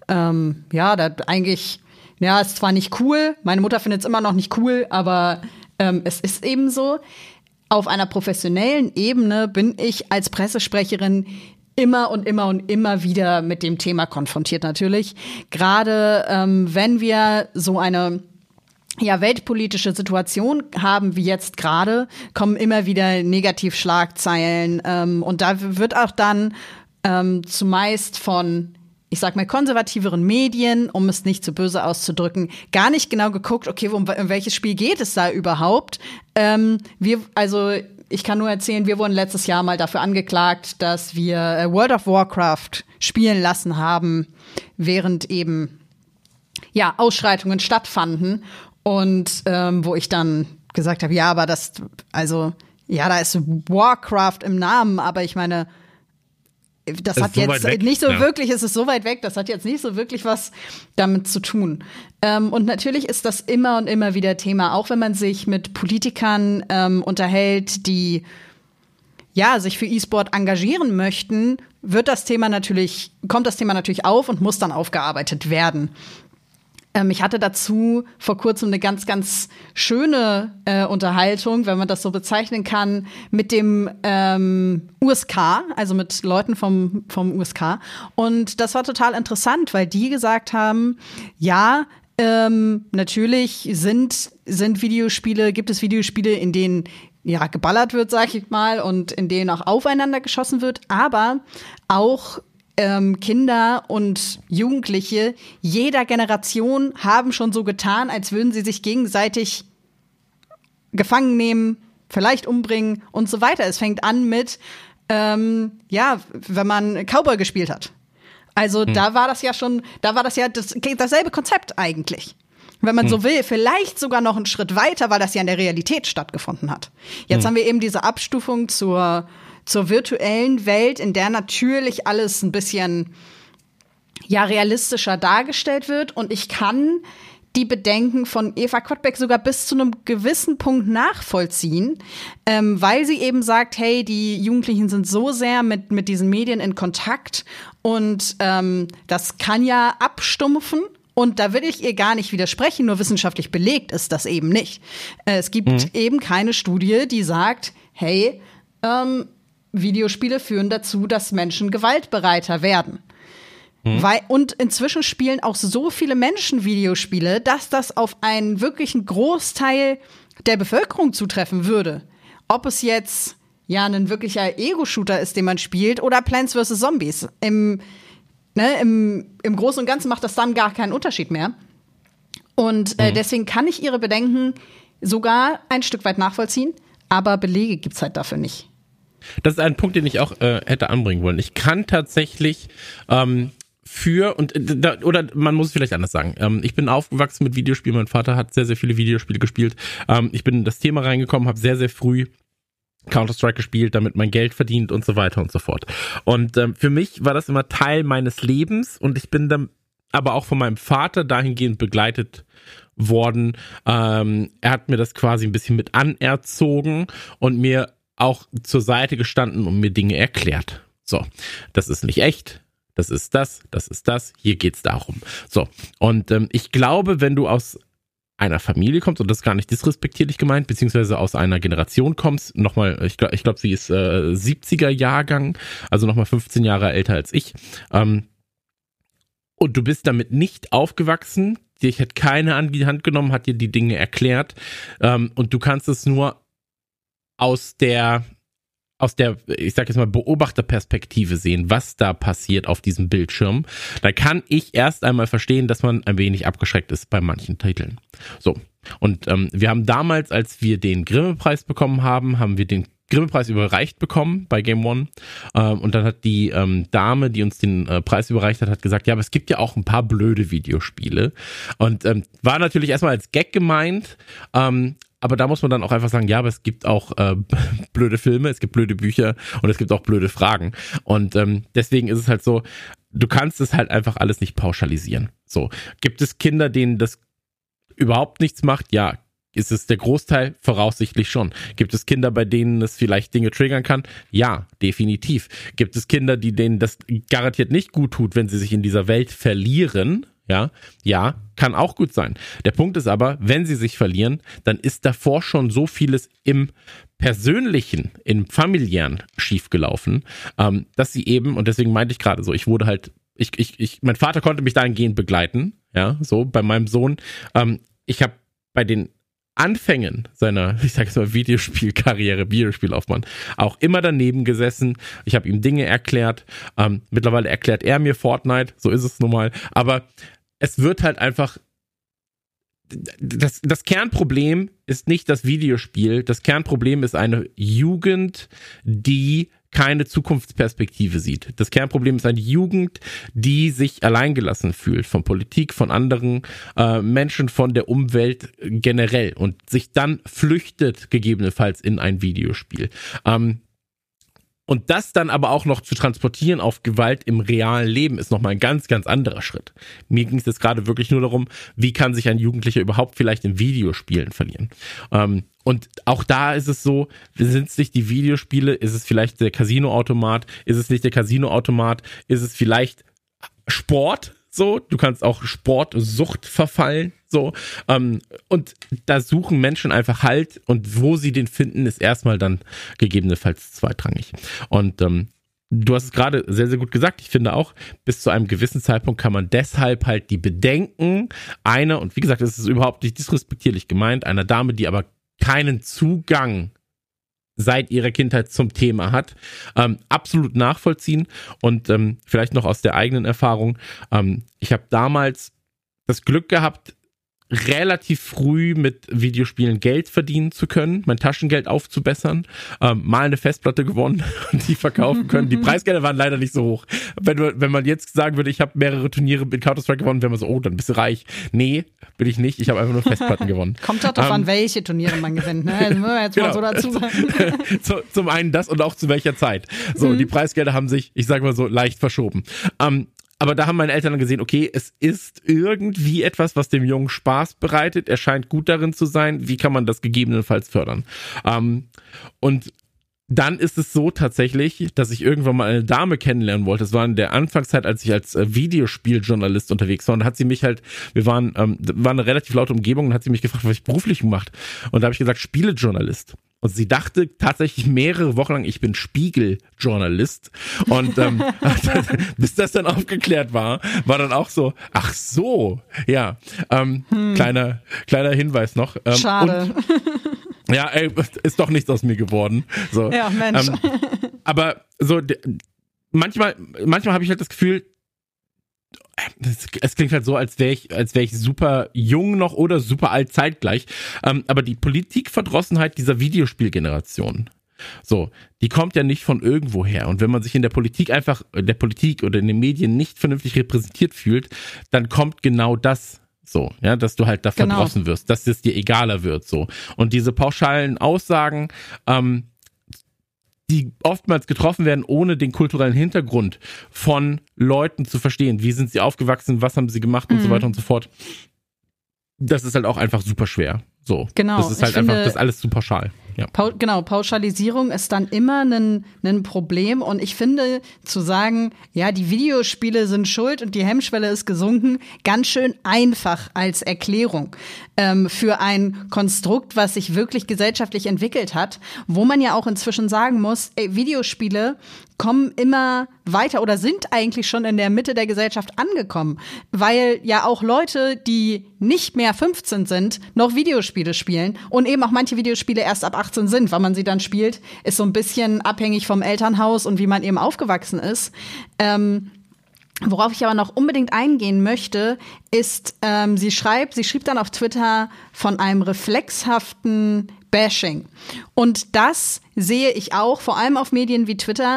ist zwar nicht cool, meine Mutter findet es immer noch nicht cool, aber es ist eben so. Auf einer professionellen Ebene bin ich als Pressesprecherin immer und immer und immer wieder mit dem Thema konfrontiert natürlich. Gerade wenn wir so eine weltpolitische Situation haben wie jetzt gerade, kommen immer wieder Negativschlagzeilen und da wird auch dann zumeist von, ich sag mal, konservativeren Medien, um es nicht zu böse auszudrücken, gar nicht genau geguckt, okay, um welches Spiel geht es da überhaupt? Ich kann nur erzählen, wir wurden letztes Jahr mal dafür angeklagt, dass wir World of Warcraft spielen lassen haben, während eben Ausschreitungen stattfanden. Und wo ich dann gesagt habe, ja, aber da ist Warcraft im Namen, aber ich meine, das hat jetzt nicht so wirklich, es ist so weit weg, das hat jetzt nicht so wirklich was damit zu tun. Und natürlich ist das immer und immer wieder Thema, auch wenn man sich mit Politikern unterhält, die sich für E-Sport engagieren möchten, kommt das Thema natürlich auf und muss dann aufgearbeitet werden. Ich hatte dazu vor kurzem eine ganz, ganz schöne Unterhaltung, wenn man das so bezeichnen kann, mit dem USK, also mit Leuten vom USK. Und das war total interessant, weil die gesagt haben, natürlich gibt es Videospiele, in denen geballert wird, sag ich mal, und in denen auch aufeinander geschossen wird, aber auch Kinder und Jugendliche jeder Generation haben schon so getan, als würden sie sich gegenseitig gefangen nehmen, vielleicht umbringen und so weiter. Es fängt an mit, wenn man Cowboy gespielt hat. Also da war das ja dasselbe Konzept eigentlich. Wenn man so will, vielleicht sogar noch einen Schritt weiter, weil das ja in der Realität stattgefunden hat. Jetzt haben wir eben diese Abstufung zur virtuellen Welt, in der natürlich alles ein bisschen realistischer dargestellt wird. Und ich kann die Bedenken von Eva Kottbeck sogar bis zu einem gewissen Punkt nachvollziehen, weil sie eben sagt, hey, die Jugendlichen sind so sehr mit diesen Medien in Kontakt und das kann ja abstumpfen. Und da will ich ihr gar nicht widersprechen, nur wissenschaftlich belegt ist das eben nicht. Es gibt eben keine Studie, die sagt, hey, Videospiele führen dazu, dass Menschen gewaltbereiter werden. Und inzwischen spielen auch so viele Menschen Videospiele, dass das auf einen wirklichen Großteil der Bevölkerung zutreffen würde. Ob es jetzt ein wirklicher Ego-Shooter ist, den man spielt, oder Plants vs. Zombies. Im Großen und Ganzen macht das dann gar keinen Unterschied mehr. Und deswegen kann ich ihre Bedenken sogar ein Stück weit nachvollziehen, aber Belege gibt's halt dafür nicht. Das ist ein Punkt, den ich auch hätte anbringen wollen. Ich kann tatsächlich oder man muss es vielleicht anders sagen. Ich bin aufgewachsen mit Videospielen. Mein Vater hat sehr, sehr viele Videospiele gespielt. Ich bin in das Thema reingekommen, habe sehr, sehr früh Counter-Strike gespielt, damit mein Geld verdient und so weiter und so fort. Und für mich war das immer Teil meines Lebens und ich bin dann aber auch von meinem Vater dahingehend begleitet worden. Er hat mir das quasi ein bisschen mit anerzogen und mir auch zur Seite gestanden und mir Dinge erklärt. So, das ist nicht echt, das ist das, hier geht's darum. So, und ich glaube, wenn du aus einer Familie kommst, und das ist gar nicht disrespektierlich gemeint, beziehungsweise aus einer Generation kommst, nochmal, ich glaube, sie ist 70er Jahrgang, also nochmal 15 Jahre älter als ich, und du bist damit nicht aufgewachsen, dich hat keiner an die Hand genommen, hat dir die Dinge erklärt, und du kannst es nur aus der, ich sag jetzt mal, Beobachterperspektive sehen, was da passiert auf diesem Bildschirm, da kann ich erst einmal verstehen, dass man ein wenig abgeschreckt ist bei manchen Titeln. So, und wir haben damals, als wir den Grimme-Preis bekommen haben wir den Grimme-Preis überreicht bekommen bei Game One, und dann hat die Dame, die uns den Preis überreicht hat, gesagt, ja, aber es gibt ja auch ein paar blöde Videospiele, und war natürlich erstmal als Gag gemeint, aber da muss man dann auch einfach sagen, ja, aber es gibt auch blöde Filme, es gibt blöde Bücher und es gibt auch blöde Fragen. Und deswegen ist es halt so, du kannst es halt einfach alles nicht pauschalisieren. So, gibt es Kinder, denen das überhaupt nichts macht? Ja. Ist es der Großteil? Voraussichtlich schon. Gibt es Kinder, bei denen es vielleicht Dinge triggern kann? Ja, definitiv. Gibt es Kinder, denen das garantiert nicht gut tut, wenn sie sich in dieser Welt verlieren? Ja, kann auch gut sein. Der Punkt ist aber, wenn sie sich verlieren, dann ist davor schon so vieles im Persönlichen, im Familiären schiefgelaufen, dass sie eben, und deswegen meinte ich gerade so, ich wurde halt, mein Vater konnte mich dahingehend begleiten, ja, so bei meinem Sohn. Ich habe bei den Anfängen seiner, ich sag jetzt mal, Videospielkarriere, Videospiellaufbahn, auch immer daneben gesessen. Ich habe ihm Dinge erklärt. Mittlerweile erklärt er mir Fortnite, so ist es nun mal. Aber es wird halt einfach, das Kernproblem ist nicht das Videospiel. Das Kernproblem ist eine Jugend, die keine Zukunftsperspektive sieht. Das Kernproblem ist eine Jugend, die sich alleingelassen fühlt von Politik, von anderen Menschen, von der Umwelt generell und sich dann flüchtet gegebenenfalls in ein Videospiel. Und das dann aber auch noch zu transportieren auf Gewalt im realen Leben ist nochmal ein ganz, ganz anderer Schritt. Mir ging es jetzt gerade wirklich nur darum, wie kann sich ein Jugendlicher überhaupt vielleicht in Videospielen verlieren. Und auch da ist es so, sind es nicht die Videospiele, ist es vielleicht der Casinoautomat, ist es nicht der Casinoautomat, ist es vielleicht Sport, so, du kannst auch Sportsucht verfallen, so, und da suchen Menschen einfach Halt und wo sie den finden, ist erstmal dann gegebenenfalls zweitrangig. Und du hast es gerade sehr, sehr gut gesagt. Ich finde auch, bis zu einem gewissen Zeitpunkt kann man deshalb halt die Bedenken einer, und wie gesagt, es ist überhaupt nicht disrespektierlich gemeint, einer Dame, die aber keinen Zugang seit ihrer Kindheit zum Thema hat, absolut nachvollziehen. Und vielleicht noch aus der eigenen Erfahrung, ich habe damals das Glück gehabt, relativ früh mit Videospielen Geld verdienen zu können, mein Taschengeld aufzubessern, mal eine Festplatte gewonnen und die verkaufen können. Die Preisgelder waren leider nicht so hoch. Wenn man jetzt sagen würde, ich habe mehrere Turniere mit Counter-Strike gewonnen, wäre man so, oh, dann bist du reich. Nee, bin ich nicht. Ich habe einfach nur Festplatten gewonnen. Kommt doch darauf an, welche Turniere man gewinnt. Ne? Also müssen wir jetzt mal so dazu sagen. Zum einen das und auch zu welcher Zeit. So, die Preisgelder haben sich, ich sage mal so, leicht verschoben. Aber da haben meine Eltern dann gesehen, okay, es ist irgendwie etwas, was dem Jungen Spaß bereitet. Er scheint gut darin zu sein. Wie kann man das gegebenenfalls fördern? Und dann ist es so tatsächlich, dass ich irgendwann mal eine Dame kennenlernen wollte. Das war in der Anfangszeit, als ich als Videospieljournalist unterwegs war. Und da hat sie mich halt, war eine relativ laute Umgebung, und hat sie mich gefragt, was ich beruflich gemacht. Und da habe ich gesagt, Spielejournalist. Und sie dachte tatsächlich mehrere Wochen lang, ich bin Spiegeljournalist. Und bis das dann aufgeklärt war dann auch so, ach so, ja. Kleiner Hinweis noch. Schade. Ja, ist doch nichts aus mir geworden. So. Ja, Mensch. Aber so, manchmal habe ich halt das Gefühl, es klingt halt so, als wäre ich super jung noch oder super alt zeitgleich. Aber die Politikverdrossenheit dieser Videospielgeneration, so, die kommt ja nicht von irgendwo her. Und wenn man sich in der Politik oder in den Medien nicht vernünftig repräsentiert fühlt, dann kommt genau das. So, ja, dass du halt da verdrossen wirst, dass es dir egaler wird, so. Und diese pauschalen Aussagen, die oftmals getroffen werden, ohne den kulturellen Hintergrund von Leuten zu verstehen. Wie sind sie aufgewachsen, was haben sie gemacht und so weiter und so fort. Das ist halt auch einfach super schwer. So. Genau. Das ist halt einfach, das ist alles zu pauschal. Ja. Pauschalisierung ist dann immer ein Problem, und ich finde, zu sagen, ja, die Videospiele sind schuld und die Hemmschwelle ist gesunken, ganz schön einfach als Erklärung für ein Konstrukt, was sich wirklich gesellschaftlich entwickelt hat, wo man ja auch inzwischen sagen muss, Videospiele kommen immer weiter oder sind eigentlich schon in der Mitte der Gesellschaft angekommen, weil ja auch Leute, die nicht mehr 15 sind, noch Videospiele spielen und eben auch manche Videospiele erst ab 18 sind, wann man sie dann spielt, ist so ein bisschen abhängig vom Elternhaus und wie man eben aufgewachsen ist. Worauf ich aber noch unbedingt eingehen möchte, ist, sie schrieb dann auf Twitter von einem reflexhaften Bashing. Und das sehe ich auch, vor allem auf Medien wie Twitter,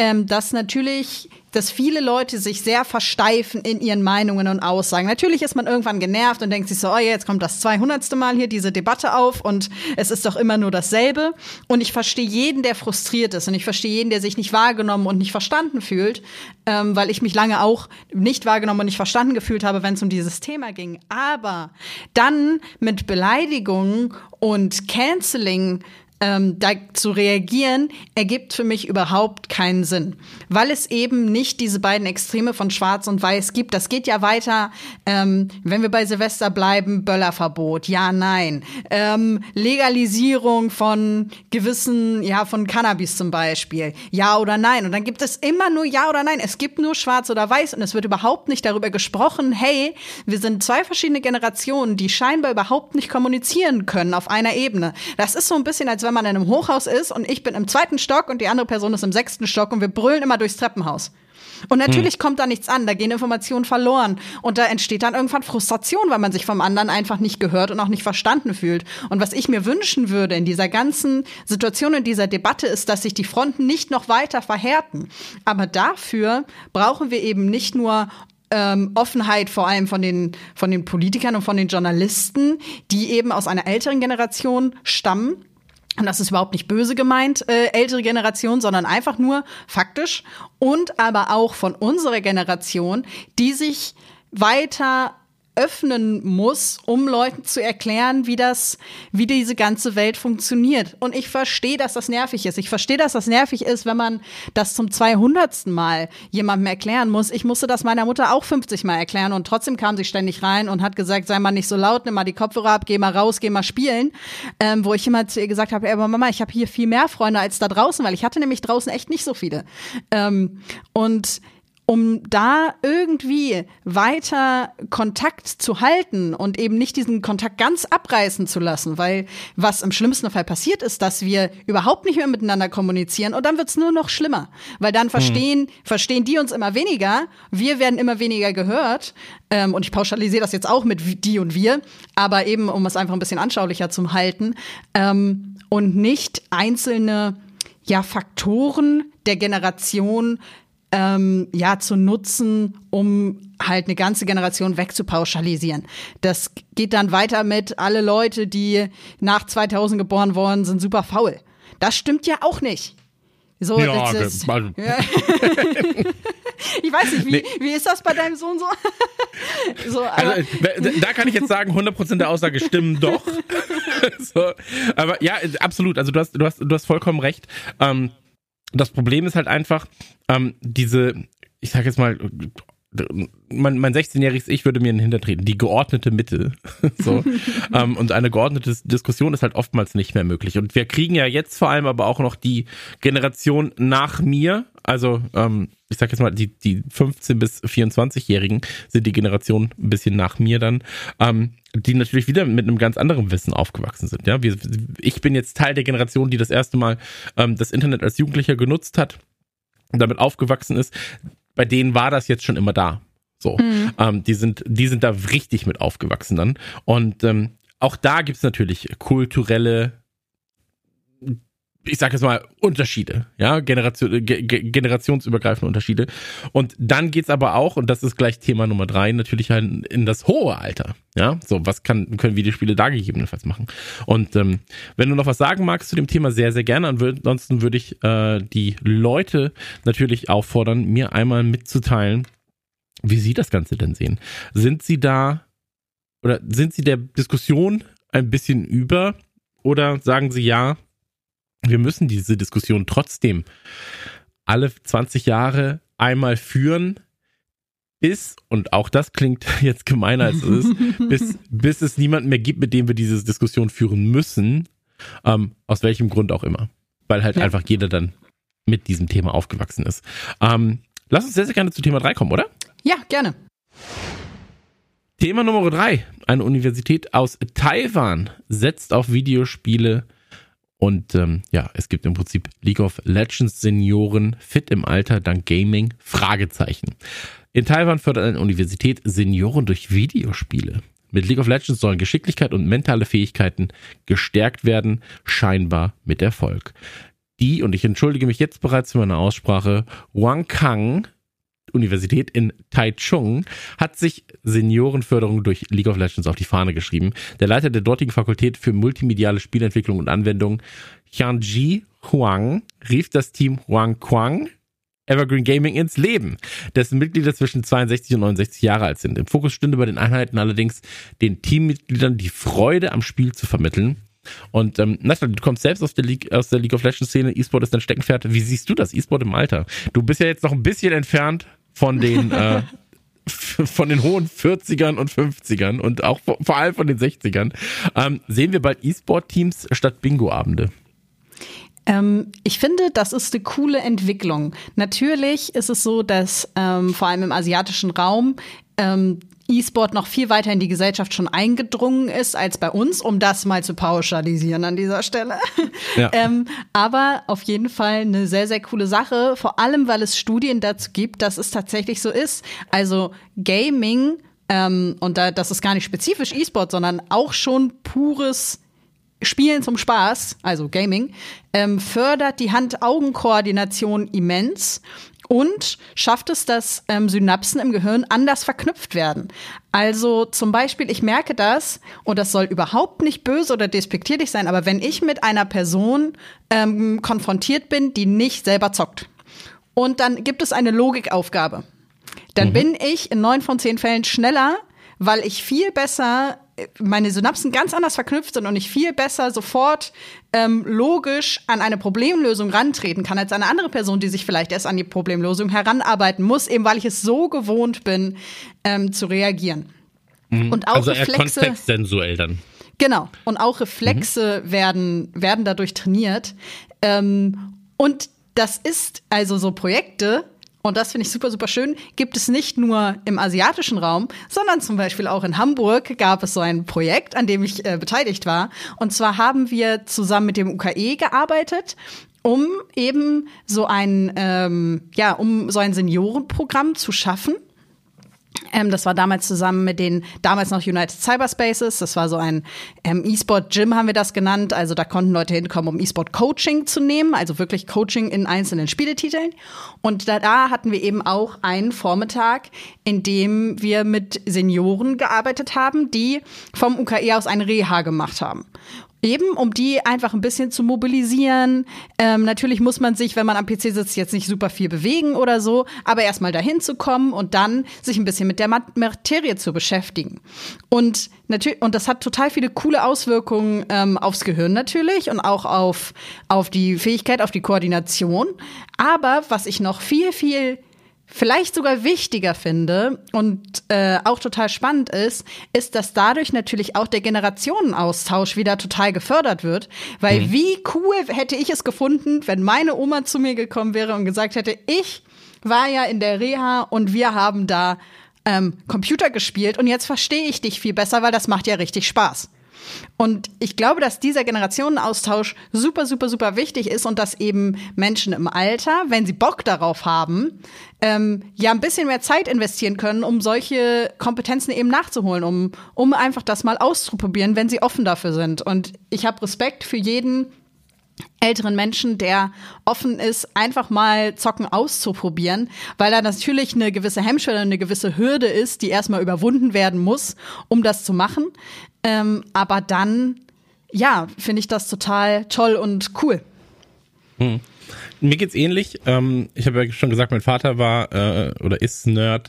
dass viele Leute sich sehr versteifen in ihren Meinungen und Aussagen. Natürlich ist man irgendwann genervt und denkt sich so, oh, jetzt kommt das 200. Mal hier diese Debatte auf und es ist doch immer nur dasselbe. Und ich verstehe jeden, der frustriert ist, und ich verstehe jeden, der sich nicht wahrgenommen und nicht verstanden fühlt, weil ich mich lange auch nicht wahrgenommen und nicht verstanden gefühlt habe, wenn es um dieses Thema ging. Aber dann mit Beleidigungen und Canceling da zu reagieren, ergibt für mich überhaupt keinen Sinn. Weil es eben nicht diese beiden Extreme von Schwarz und Weiß gibt. Das geht ja weiter, wenn wir bei Silvester bleiben, Böllerverbot, ja, nein. Legalisierung von gewissen, von Cannabis zum Beispiel, ja oder nein. Und dann gibt es immer nur ja oder nein. Es gibt nur Schwarz oder Weiß und es wird überhaupt nicht darüber gesprochen, hey, wir sind zwei verschiedene Generationen, die scheinbar überhaupt nicht kommunizieren können auf einer Ebene. Das ist so ein bisschen, als wenn man in einem Hochhaus ist und ich bin im 2. Stock und die andere Person ist im 6. Stock und wir brüllen immer durchs Treppenhaus. Und natürlich kommt da nichts an, da gehen Informationen verloren und da entsteht dann irgendwann Frustration, weil man sich vom anderen einfach nicht gehört und auch nicht verstanden fühlt. Und was ich mir wünschen würde in dieser ganzen Situation, in dieser Debatte, ist, dass sich die Fronten nicht noch weiter verhärten. Aber dafür brauchen wir eben nicht nur Offenheit vor allem von den Politikern und von den Journalisten, die eben aus einer älteren Generation stammen. Und das ist überhaupt nicht böse gemeint, ältere Generation, sondern einfach nur faktisch. Und aber auch von unserer Generation, die sich weiter öffnen muss, um Leuten zu erklären, wie diese ganze Welt funktioniert. Und ich verstehe, dass das nervig ist. Ich verstehe, dass das nervig ist, wenn man das zum 200. Mal jemandem erklären muss. Ich musste das meiner Mutter auch 50 Mal erklären und trotzdem kam sie ständig rein und hat gesagt, sei mal nicht so laut, nimm mal die Kopfhörer ab, geh mal raus, geh mal spielen. Wo ich immer zu ihr gesagt habe, aber Mama, ich habe hier viel mehr Freunde als da draußen, weil ich hatte nämlich draußen echt nicht so viele. Und um da irgendwie weiter Kontakt zu halten und eben nicht diesen Kontakt ganz abreißen zu lassen, weil was im schlimmsten Fall passiert ist, dass wir überhaupt nicht mehr miteinander kommunizieren und dann wird's nur noch schlimmer, weil dann verstehen die uns immer weniger, wir werden immer weniger gehört und ich pauschalisiere das jetzt auch mit die und wir, aber eben, um es einfach ein bisschen anschaulicher zu halten und nicht einzelne Faktoren der Generation zu nutzen, um halt eine ganze Generation wegzupauschalisieren. Das geht dann weiter mit, alle Leute, die nach 2000 geboren worden sind, super faul. Das stimmt ja auch nicht. So, ich weiß nicht, wie ist das bei deinem Sohn so? Also, da kann ich jetzt sagen, 100% der Aussage stimmen doch. Aber ja, absolut. Also du hast vollkommen recht. Das Problem ist halt einfach, ich sag jetzt mal, mein 16-jähriges Ich würde mir in den Hintern treten, die geordnete Mitte. So. Und eine geordnete Diskussion ist halt oftmals nicht mehr möglich. Und wir kriegen ja jetzt vor allem aber auch noch die Generation nach mir, also ich sag jetzt mal, die 15- bis 24-Jährigen sind die Generation ein bisschen nach mir dann, die natürlich wieder mit einem ganz anderen Wissen aufgewachsen sind. Ja, ich bin jetzt Teil der Generation, die das erste Mal das Internet als Jugendlicher genutzt hat und damit aufgewachsen ist. Bei denen war das jetzt schon immer da. So, die sind da richtig mit aufgewachsen dann. Und auch da gibt's natürlich kulturelle, ich sag jetzt mal, Unterschiede, ja, generationsübergreifende Unterschiede. Und dann geht's aber auch, und das ist gleich Thema Nummer 3, natürlich halt in das hohe Alter. Ja, so, was können Videospiele da gegebenenfalls machen? Und wenn du noch was sagen magst zu dem Thema, sehr, sehr gerne. Ansonsten würde ich die Leute natürlich auffordern, mir einmal mitzuteilen, wie sie das Ganze denn sehen. Sind sie der Diskussion ein bisschen über oder sagen sie, ja, wir müssen diese Diskussion trotzdem alle 20 Jahre einmal führen, und auch das klingt jetzt gemeiner als es ist, bis es niemanden mehr gibt, mit dem wir diese Diskussion führen müssen, aus welchem Grund auch immer. Weil halt einfach jeder dann mit diesem Thema aufgewachsen ist. Lass uns sehr, sehr gerne zu Thema 3 kommen, oder? Ja, gerne. Thema Nummer 3. Eine Universität aus Taiwan setzt auf Videospiele. Und es gibt im Prinzip League of Legends Senioren fit im Alter dank Gaming? Fragezeichen. In Taiwan fördert eine Universität Senioren durch Videospiele. Mit League of Legends sollen Geschicklichkeit und mentale Fähigkeiten gestärkt werden, scheinbar mit Erfolg. Und ich entschuldige mich jetzt bereits für meine Aussprache, Huangkang Universität in Taichung hat sich Seniorenförderung durch League of Legends auf die Fahne geschrieben. Der Leiter der dortigen Fakultät für multimediale Spielentwicklung und Anwendung, Qianji Huang, rief das Team Huangquang Evergreen Gaming ins Leben, dessen Mitglieder zwischen 62 und 69 Jahre alt sind. Im Fokus stünde bei den Einheiten allerdings, den Teammitgliedern die Freude am Spiel zu vermitteln. Und Natalie, du kommst selbst aus der League of Legends Szene, E-Sport ist dein Steckenpferd. Wie siehst du das E-Sport im Alter? Du bist ja jetzt noch ein bisschen entfernt von den von den hohen 40ern und 50ern und auch vor allem von den 60ern. Sehen wir bald E-Sport-Teams statt Bingo-Abende? Ich finde, das ist eine coole Entwicklung. Natürlich ist es so, dass vor allem im asiatischen Raum E-Sport noch viel weiter in die Gesellschaft schon eingedrungen ist als bei uns, um das mal zu pauschalisieren an dieser Stelle. Ja. Aber auf jeden Fall eine sehr, sehr coole Sache, vor allem, weil es Studien dazu gibt, dass es tatsächlich so ist. Also Gaming, und das ist gar nicht spezifisch E-Sport, sondern auch schon pures Spielen zum Spaß, also Gaming, fördert die Hand-Augen-Koordination immens und schafft es, dass Synapsen im Gehirn anders verknüpft werden. Also zum Beispiel, ich merke das, und das soll überhaupt nicht böse oder despektierlich sein, aber wenn ich mit einer Person konfrontiert bin, die nicht selber zockt, und dann gibt es eine Logikaufgabe, dann bin ich in 9 von 10 Fällen schneller, weil ich viel besser meine Synapsen ganz anders verknüpft sind und ich viel besser sofort logisch an eine Problemlösung rantreten kann als eine andere Person, die sich vielleicht erst an die Problemlösung heranarbeiten muss, eben weil ich es so gewohnt bin, zu reagieren. Und auch also Reflexe, kontextsensuell dann. Genau. Und auch Reflexe werden dadurch trainiert. Und das ist also so Projekte, und das finde ich super, super schön, gibt es nicht nur im asiatischen Raum, sondern zum Beispiel auch in Hamburg gab es so ein Projekt, an dem ich beteiligt war. Und zwar haben wir zusammen mit dem UKE gearbeitet, um eben so ein Seniorenprogramm zu schaffen. Das war damals zusammen mit den damals noch United Cyberspaces. Das war so ein E-Sport-Gym, haben wir das genannt. Also da konnten Leute hinkommen, um E-Sport-Coaching zu nehmen, also wirklich Coaching in einzelnen Spieletiteln. Und da hatten wir eben auch einen Vormittag, in dem wir mit Senioren gearbeitet haben, die vom UKE aus eine Reha gemacht haben. Eben, um die einfach ein bisschen zu mobilisieren. Natürlich muss man sich, wenn man am PC sitzt, jetzt nicht super viel bewegen oder so, aber erstmal dahin zu kommen und dann sich ein bisschen mit der Materie zu beschäftigen. Und das hat total viele coole Auswirkungen aufs Gehirn natürlich und auch auf die Fähigkeit, auf die Koordination. Aber was ich noch viel, viel vielleicht sogar wichtiger finde und auch total spannend ist, dass dadurch natürlich auch der Generationenaustausch wieder total gefördert wird. Weil wie cool hätte ich es gefunden, wenn meine Oma zu mir gekommen wäre und gesagt hätte, ich war ja in der Reha und wir haben da Computer gespielt und jetzt verstehe ich dich viel besser, weil das macht ja richtig Spaß. Und ich glaube, dass dieser Generationenaustausch super, super, super wichtig ist und dass eben Menschen im Alter, wenn sie Bock darauf haben, ja ein bisschen mehr Zeit investieren können, um solche Kompetenzen eben nachzuholen, um einfach das mal auszuprobieren, wenn sie offen dafür sind. Und ich habe Respekt für jeden älteren Menschen, der offen ist, einfach mal Zocken auszuprobieren, weil da natürlich eine gewisse Hemmschwelle, eine gewisse Hürde ist, die erstmal überwunden werden muss, um das zu machen. Aber dann, ja, finde ich das total toll und cool. Mir geht's ähnlich. Ich habe ja schon gesagt, mein Vater war oder ist Nerd.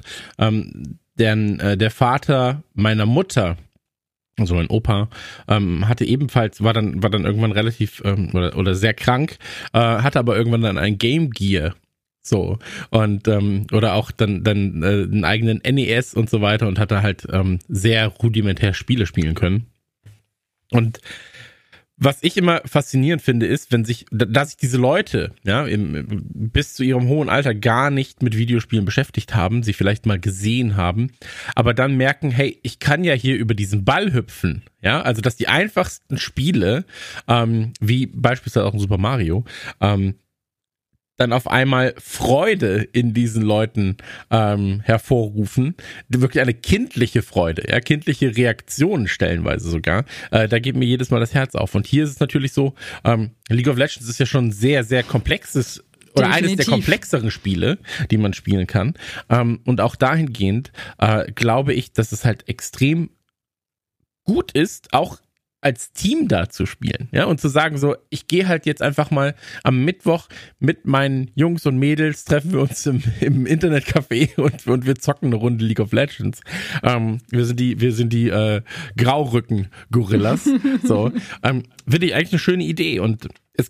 Der Vater meiner Mutter, also mein Opa, hatte ebenfalls, war dann irgendwann relativ oder sehr krank, hatte aber irgendwann dann ein Game Gear. So, und oder auch dann einen eigenen NES und so weiter und hatte halt sehr rudimentär Spiele spielen können. Und was ich immer faszinierend finde, ist, dass sich diese Leute, ja, bis zu ihrem hohen Alter gar nicht mit Videospielen beschäftigt haben, sie vielleicht mal gesehen haben, aber dann merken, hey, ich kann ja hier über diesen Ball hüpfen, ja, also dass die einfachsten Spiele, wie beispielsweise auch in Super Mario, dann auf einmal Freude in diesen Leuten hervorrufen, wirklich eine kindliche Freude, ja, kindliche Reaktionen stellenweise sogar, da geht mir jedes Mal das Herz auf. Und hier ist es natürlich so, League of Legends ist ja schon sehr, sehr komplexes oder eines der komplexeren Spiele, die man spielen kann, und auch dahingehend glaube ich, dass es halt extrem gut ist, auch als Team da zu spielen, ja, und zu sagen so, ich gehe halt jetzt einfach mal am Mittwoch mit meinen Jungs und Mädels, treffen wir uns im Internetcafé und wir zocken eine Runde League of Legends. Wir sind die Graurücken-Gorillas. So, finde ich eigentlich eine schöne Idee, und es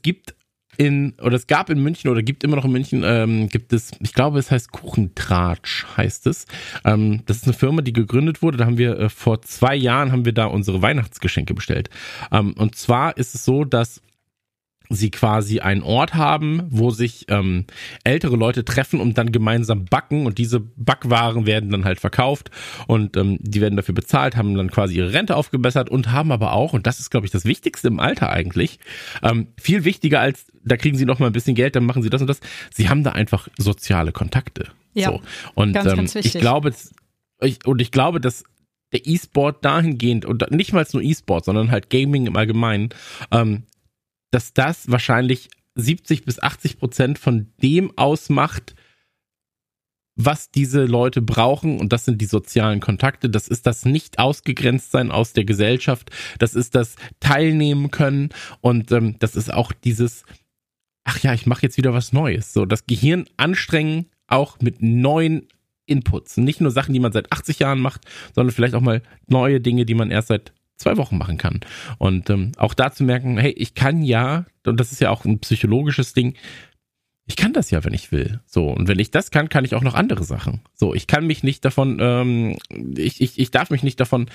gab in München oder gibt immer noch in München, gibt es, ich glaube, es heißt Kuchentratsch, heißt es. Das ist eine Firma, die gegründet wurde. Da haben wir vor 2 Jahren haben wir da unsere Weihnachtsgeschenke bestellt. Und zwar ist es so, dass sie quasi einen Ort haben, wo sich ältere Leute treffen und dann gemeinsam backen, und diese Backwaren werden dann halt verkauft und die werden dafür bezahlt, haben dann quasi ihre Rente aufgebessert und haben aber auch, und das ist, glaube ich, das Wichtigste im Alter eigentlich, viel wichtiger als, da kriegen sie noch mal ein bisschen Geld, dann machen sie das und das, sie haben da einfach soziale Kontakte. Ja, so. Und ganz wichtig. Ich glaube, dass der E-Sport dahingehend, und nicht mal nur E-Sport, sondern halt Gaming im Allgemeinen, dass das wahrscheinlich 70-80% von dem ausmacht, was diese Leute brauchen, und das sind die sozialen Kontakte. Das ist das Nicht-Ausgegrenzt-Sein aus der Gesellschaft, das ist das Teilnehmen können, und das ist auch dieses, ach ja, ich mache jetzt wieder was Neues. So, das Gehirn anstrengen, auch mit neuen Inputs. Nicht nur Sachen, die man seit 80 Jahren macht, sondern vielleicht auch mal neue Dinge, die man erst seit 2 Wochen machen kann. Und auch da zu merken, hey, ich kann ja, und das ist ja auch ein psychologisches Ding, ich kann das ja, wenn ich will. So, und wenn ich das kann, kann ich auch noch andere Sachen. So, ich kann mich nicht davon, ich darf mich nicht davon,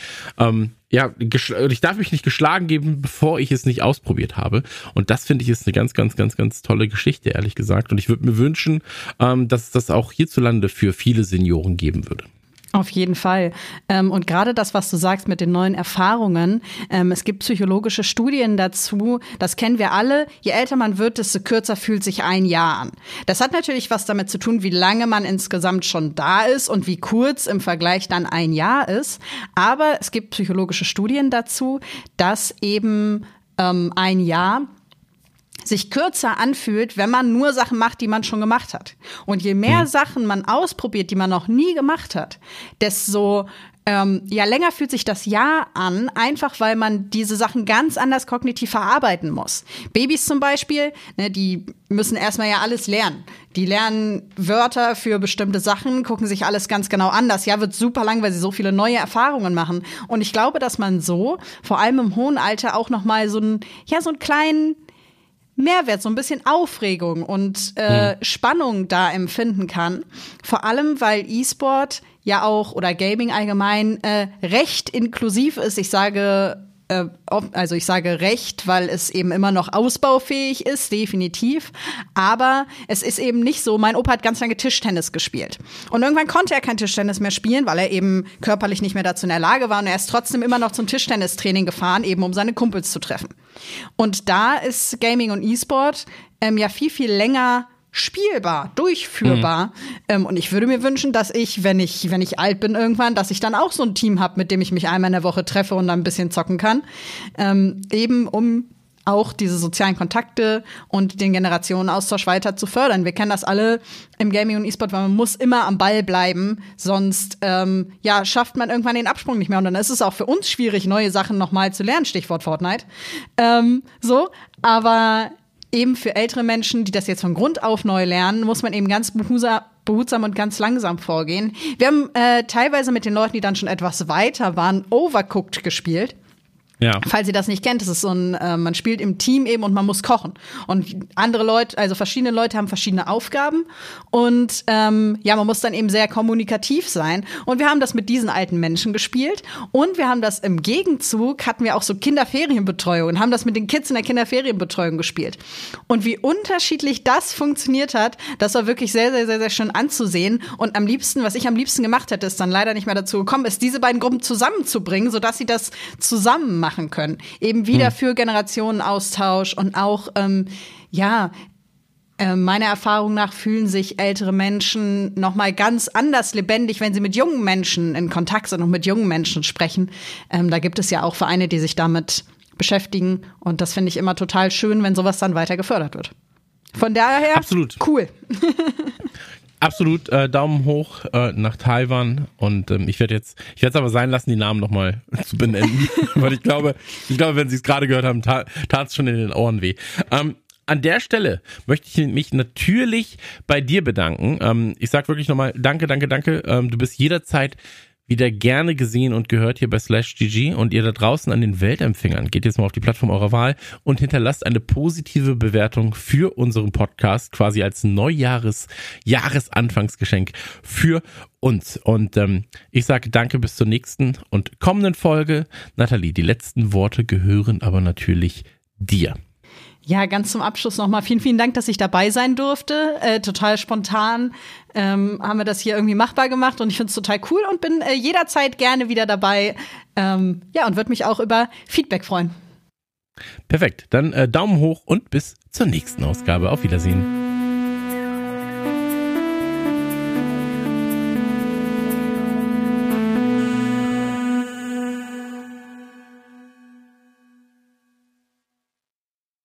ich darf mich nicht geschlagen geben, bevor ich es nicht ausprobiert habe. Und das finde ich ist eine ganz, ganz, ganz, ganz tolle Geschichte, ehrlich gesagt. Und ich würde mir wünschen, dass es das auch hierzulande für viele Senioren geben würde. Auf jeden Fall. Und gerade das, was du sagst mit den neuen Erfahrungen, es gibt psychologische Studien dazu, das kennen wir alle, je älter man wird, desto kürzer fühlt sich ein Jahr an. Das hat natürlich was damit zu tun, wie lange man insgesamt schon da ist und wie kurz im Vergleich dann ein Jahr ist. Aber es gibt psychologische Studien dazu, dass eben ein Jahr sich kürzer anfühlt, wenn man nur Sachen macht, die man schon gemacht hat. Und je mehr Sachen man ausprobiert, die man noch nie gemacht hat, desto länger fühlt sich das Jahr an, einfach weil man diese Sachen ganz anders kognitiv verarbeiten muss. Babys zum Beispiel, ne, die müssen erstmal ja alles lernen. Die lernen Wörter für bestimmte Sachen, gucken sich alles ganz genau an. Das Jahr wird super lang, weil sie so viele neue Erfahrungen machen. Und ich glaube, dass man so, vor allem im hohen Alter, auch noch mal so einen kleinen Mehrwert, so ein bisschen Aufregung und Spannung da empfinden kann. Vor allem, weil E-Sport ja auch oder Gaming allgemein recht inklusiv ist. Ich sage recht, weil es eben immer noch ausbaufähig ist, definitiv. Aber es ist eben nicht so, mein Opa hat ganz lange Tischtennis gespielt. Und irgendwann konnte er kein Tischtennis mehr spielen, weil er eben körperlich nicht mehr dazu in der Lage war. Und er ist trotzdem immer noch zum Tischtennistraining gefahren, eben um seine Kumpels zu treffen. Und da ist Gaming und E-Sport ja viel, viel länger spielbar, durchführbar. Und ich würde mir wünschen, dass ich, wenn ich alt bin irgendwann, dass ich dann auch so ein Team habe, mit dem ich mich einmal in der Woche treffe und dann ein bisschen zocken kann. Eben um auch diese sozialen Kontakte und den Generationenaustausch weiter zu fördern. Wir kennen das alle im Gaming und E-Sport, weil man muss immer am Ball bleiben, sonst schafft man irgendwann den Absprung nicht mehr. Und dann ist es auch für uns schwierig, neue Sachen nochmal zu lernen, Stichwort Fortnite. Aber eben für ältere Menschen, die das jetzt von Grund auf neu lernen, muss man eben ganz behutsam und ganz langsam vorgehen. Wir haben teilweise mit den Leuten, die dann schon etwas weiter waren, Overcooked gespielt. Ja. Falls ihr das nicht kennt, das ist so ein, man spielt im Team eben und man muss kochen. Und andere Leute, also verschiedene Leute haben verschiedene Aufgaben und man muss dann eben sehr kommunikativ sein. Und wir haben das mit diesen alten Menschen gespielt und wir haben das im Gegenzug, hatten wir auch so Kinderferienbetreuung und haben das mit den Kids in der Kinderferienbetreuung gespielt. Und wie unterschiedlich das funktioniert hat, das war wirklich sehr, sehr, sehr, sehr schön anzusehen. Und am liebsten, was ich am liebsten gemacht hätte, ist dann leider nicht mehr dazu gekommen, ist, diese beiden Gruppen zusammenzubringen, sodass sie das zusammen machen können. Eben wieder für Generationenaustausch und auch, meiner Erfahrung nach fühlen sich ältere Menschen noch mal ganz anders lebendig, wenn sie mit jungen Menschen in Kontakt sind und mit jungen Menschen sprechen. Da gibt es ja auch Vereine, die sich damit beschäftigen und das finde ich immer total schön, wenn sowas dann weiter gefördert wird. Von daher, absolut cool. Absolut, Daumen hoch nach Taiwan und ich werde es aber sein lassen, die Namen nochmal zu benennen, weil ich glaube, wenn Sie es gerade gehört haben, tat es schon in den Ohren weh. An der Stelle möchte ich mich natürlich bei dir bedanken. Ich sag wirklich nochmal danke. Du bist jederzeit wieder gerne gesehen und gehört hier bei /GG und ihr da draußen an den Weltempfängern geht jetzt mal auf die Plattform eurer Wahl und hinterlasst eine positive Bewertung für unseren Podcast, quasi als Jahresanfangsgeschenk für uns. Und ich sage danke bis zur nächsten und kommenden Folge. Nathalie, die letzten Worte gehören aber natürlich dir. Ja, ganz zum Abschluss nochmal vielen, vielen Dank, dass ich dabei sein durfte. Total spontan haben wir das hier irgendwie machbar gemacht und ich finde es total cool und bin jederzeit gerne wieder dabei. Und würde mich auch über Feedback freuen. Perfekt, dann Daumen hoch und bis zur nächsten Ausgabe. Auf Wiedersehen.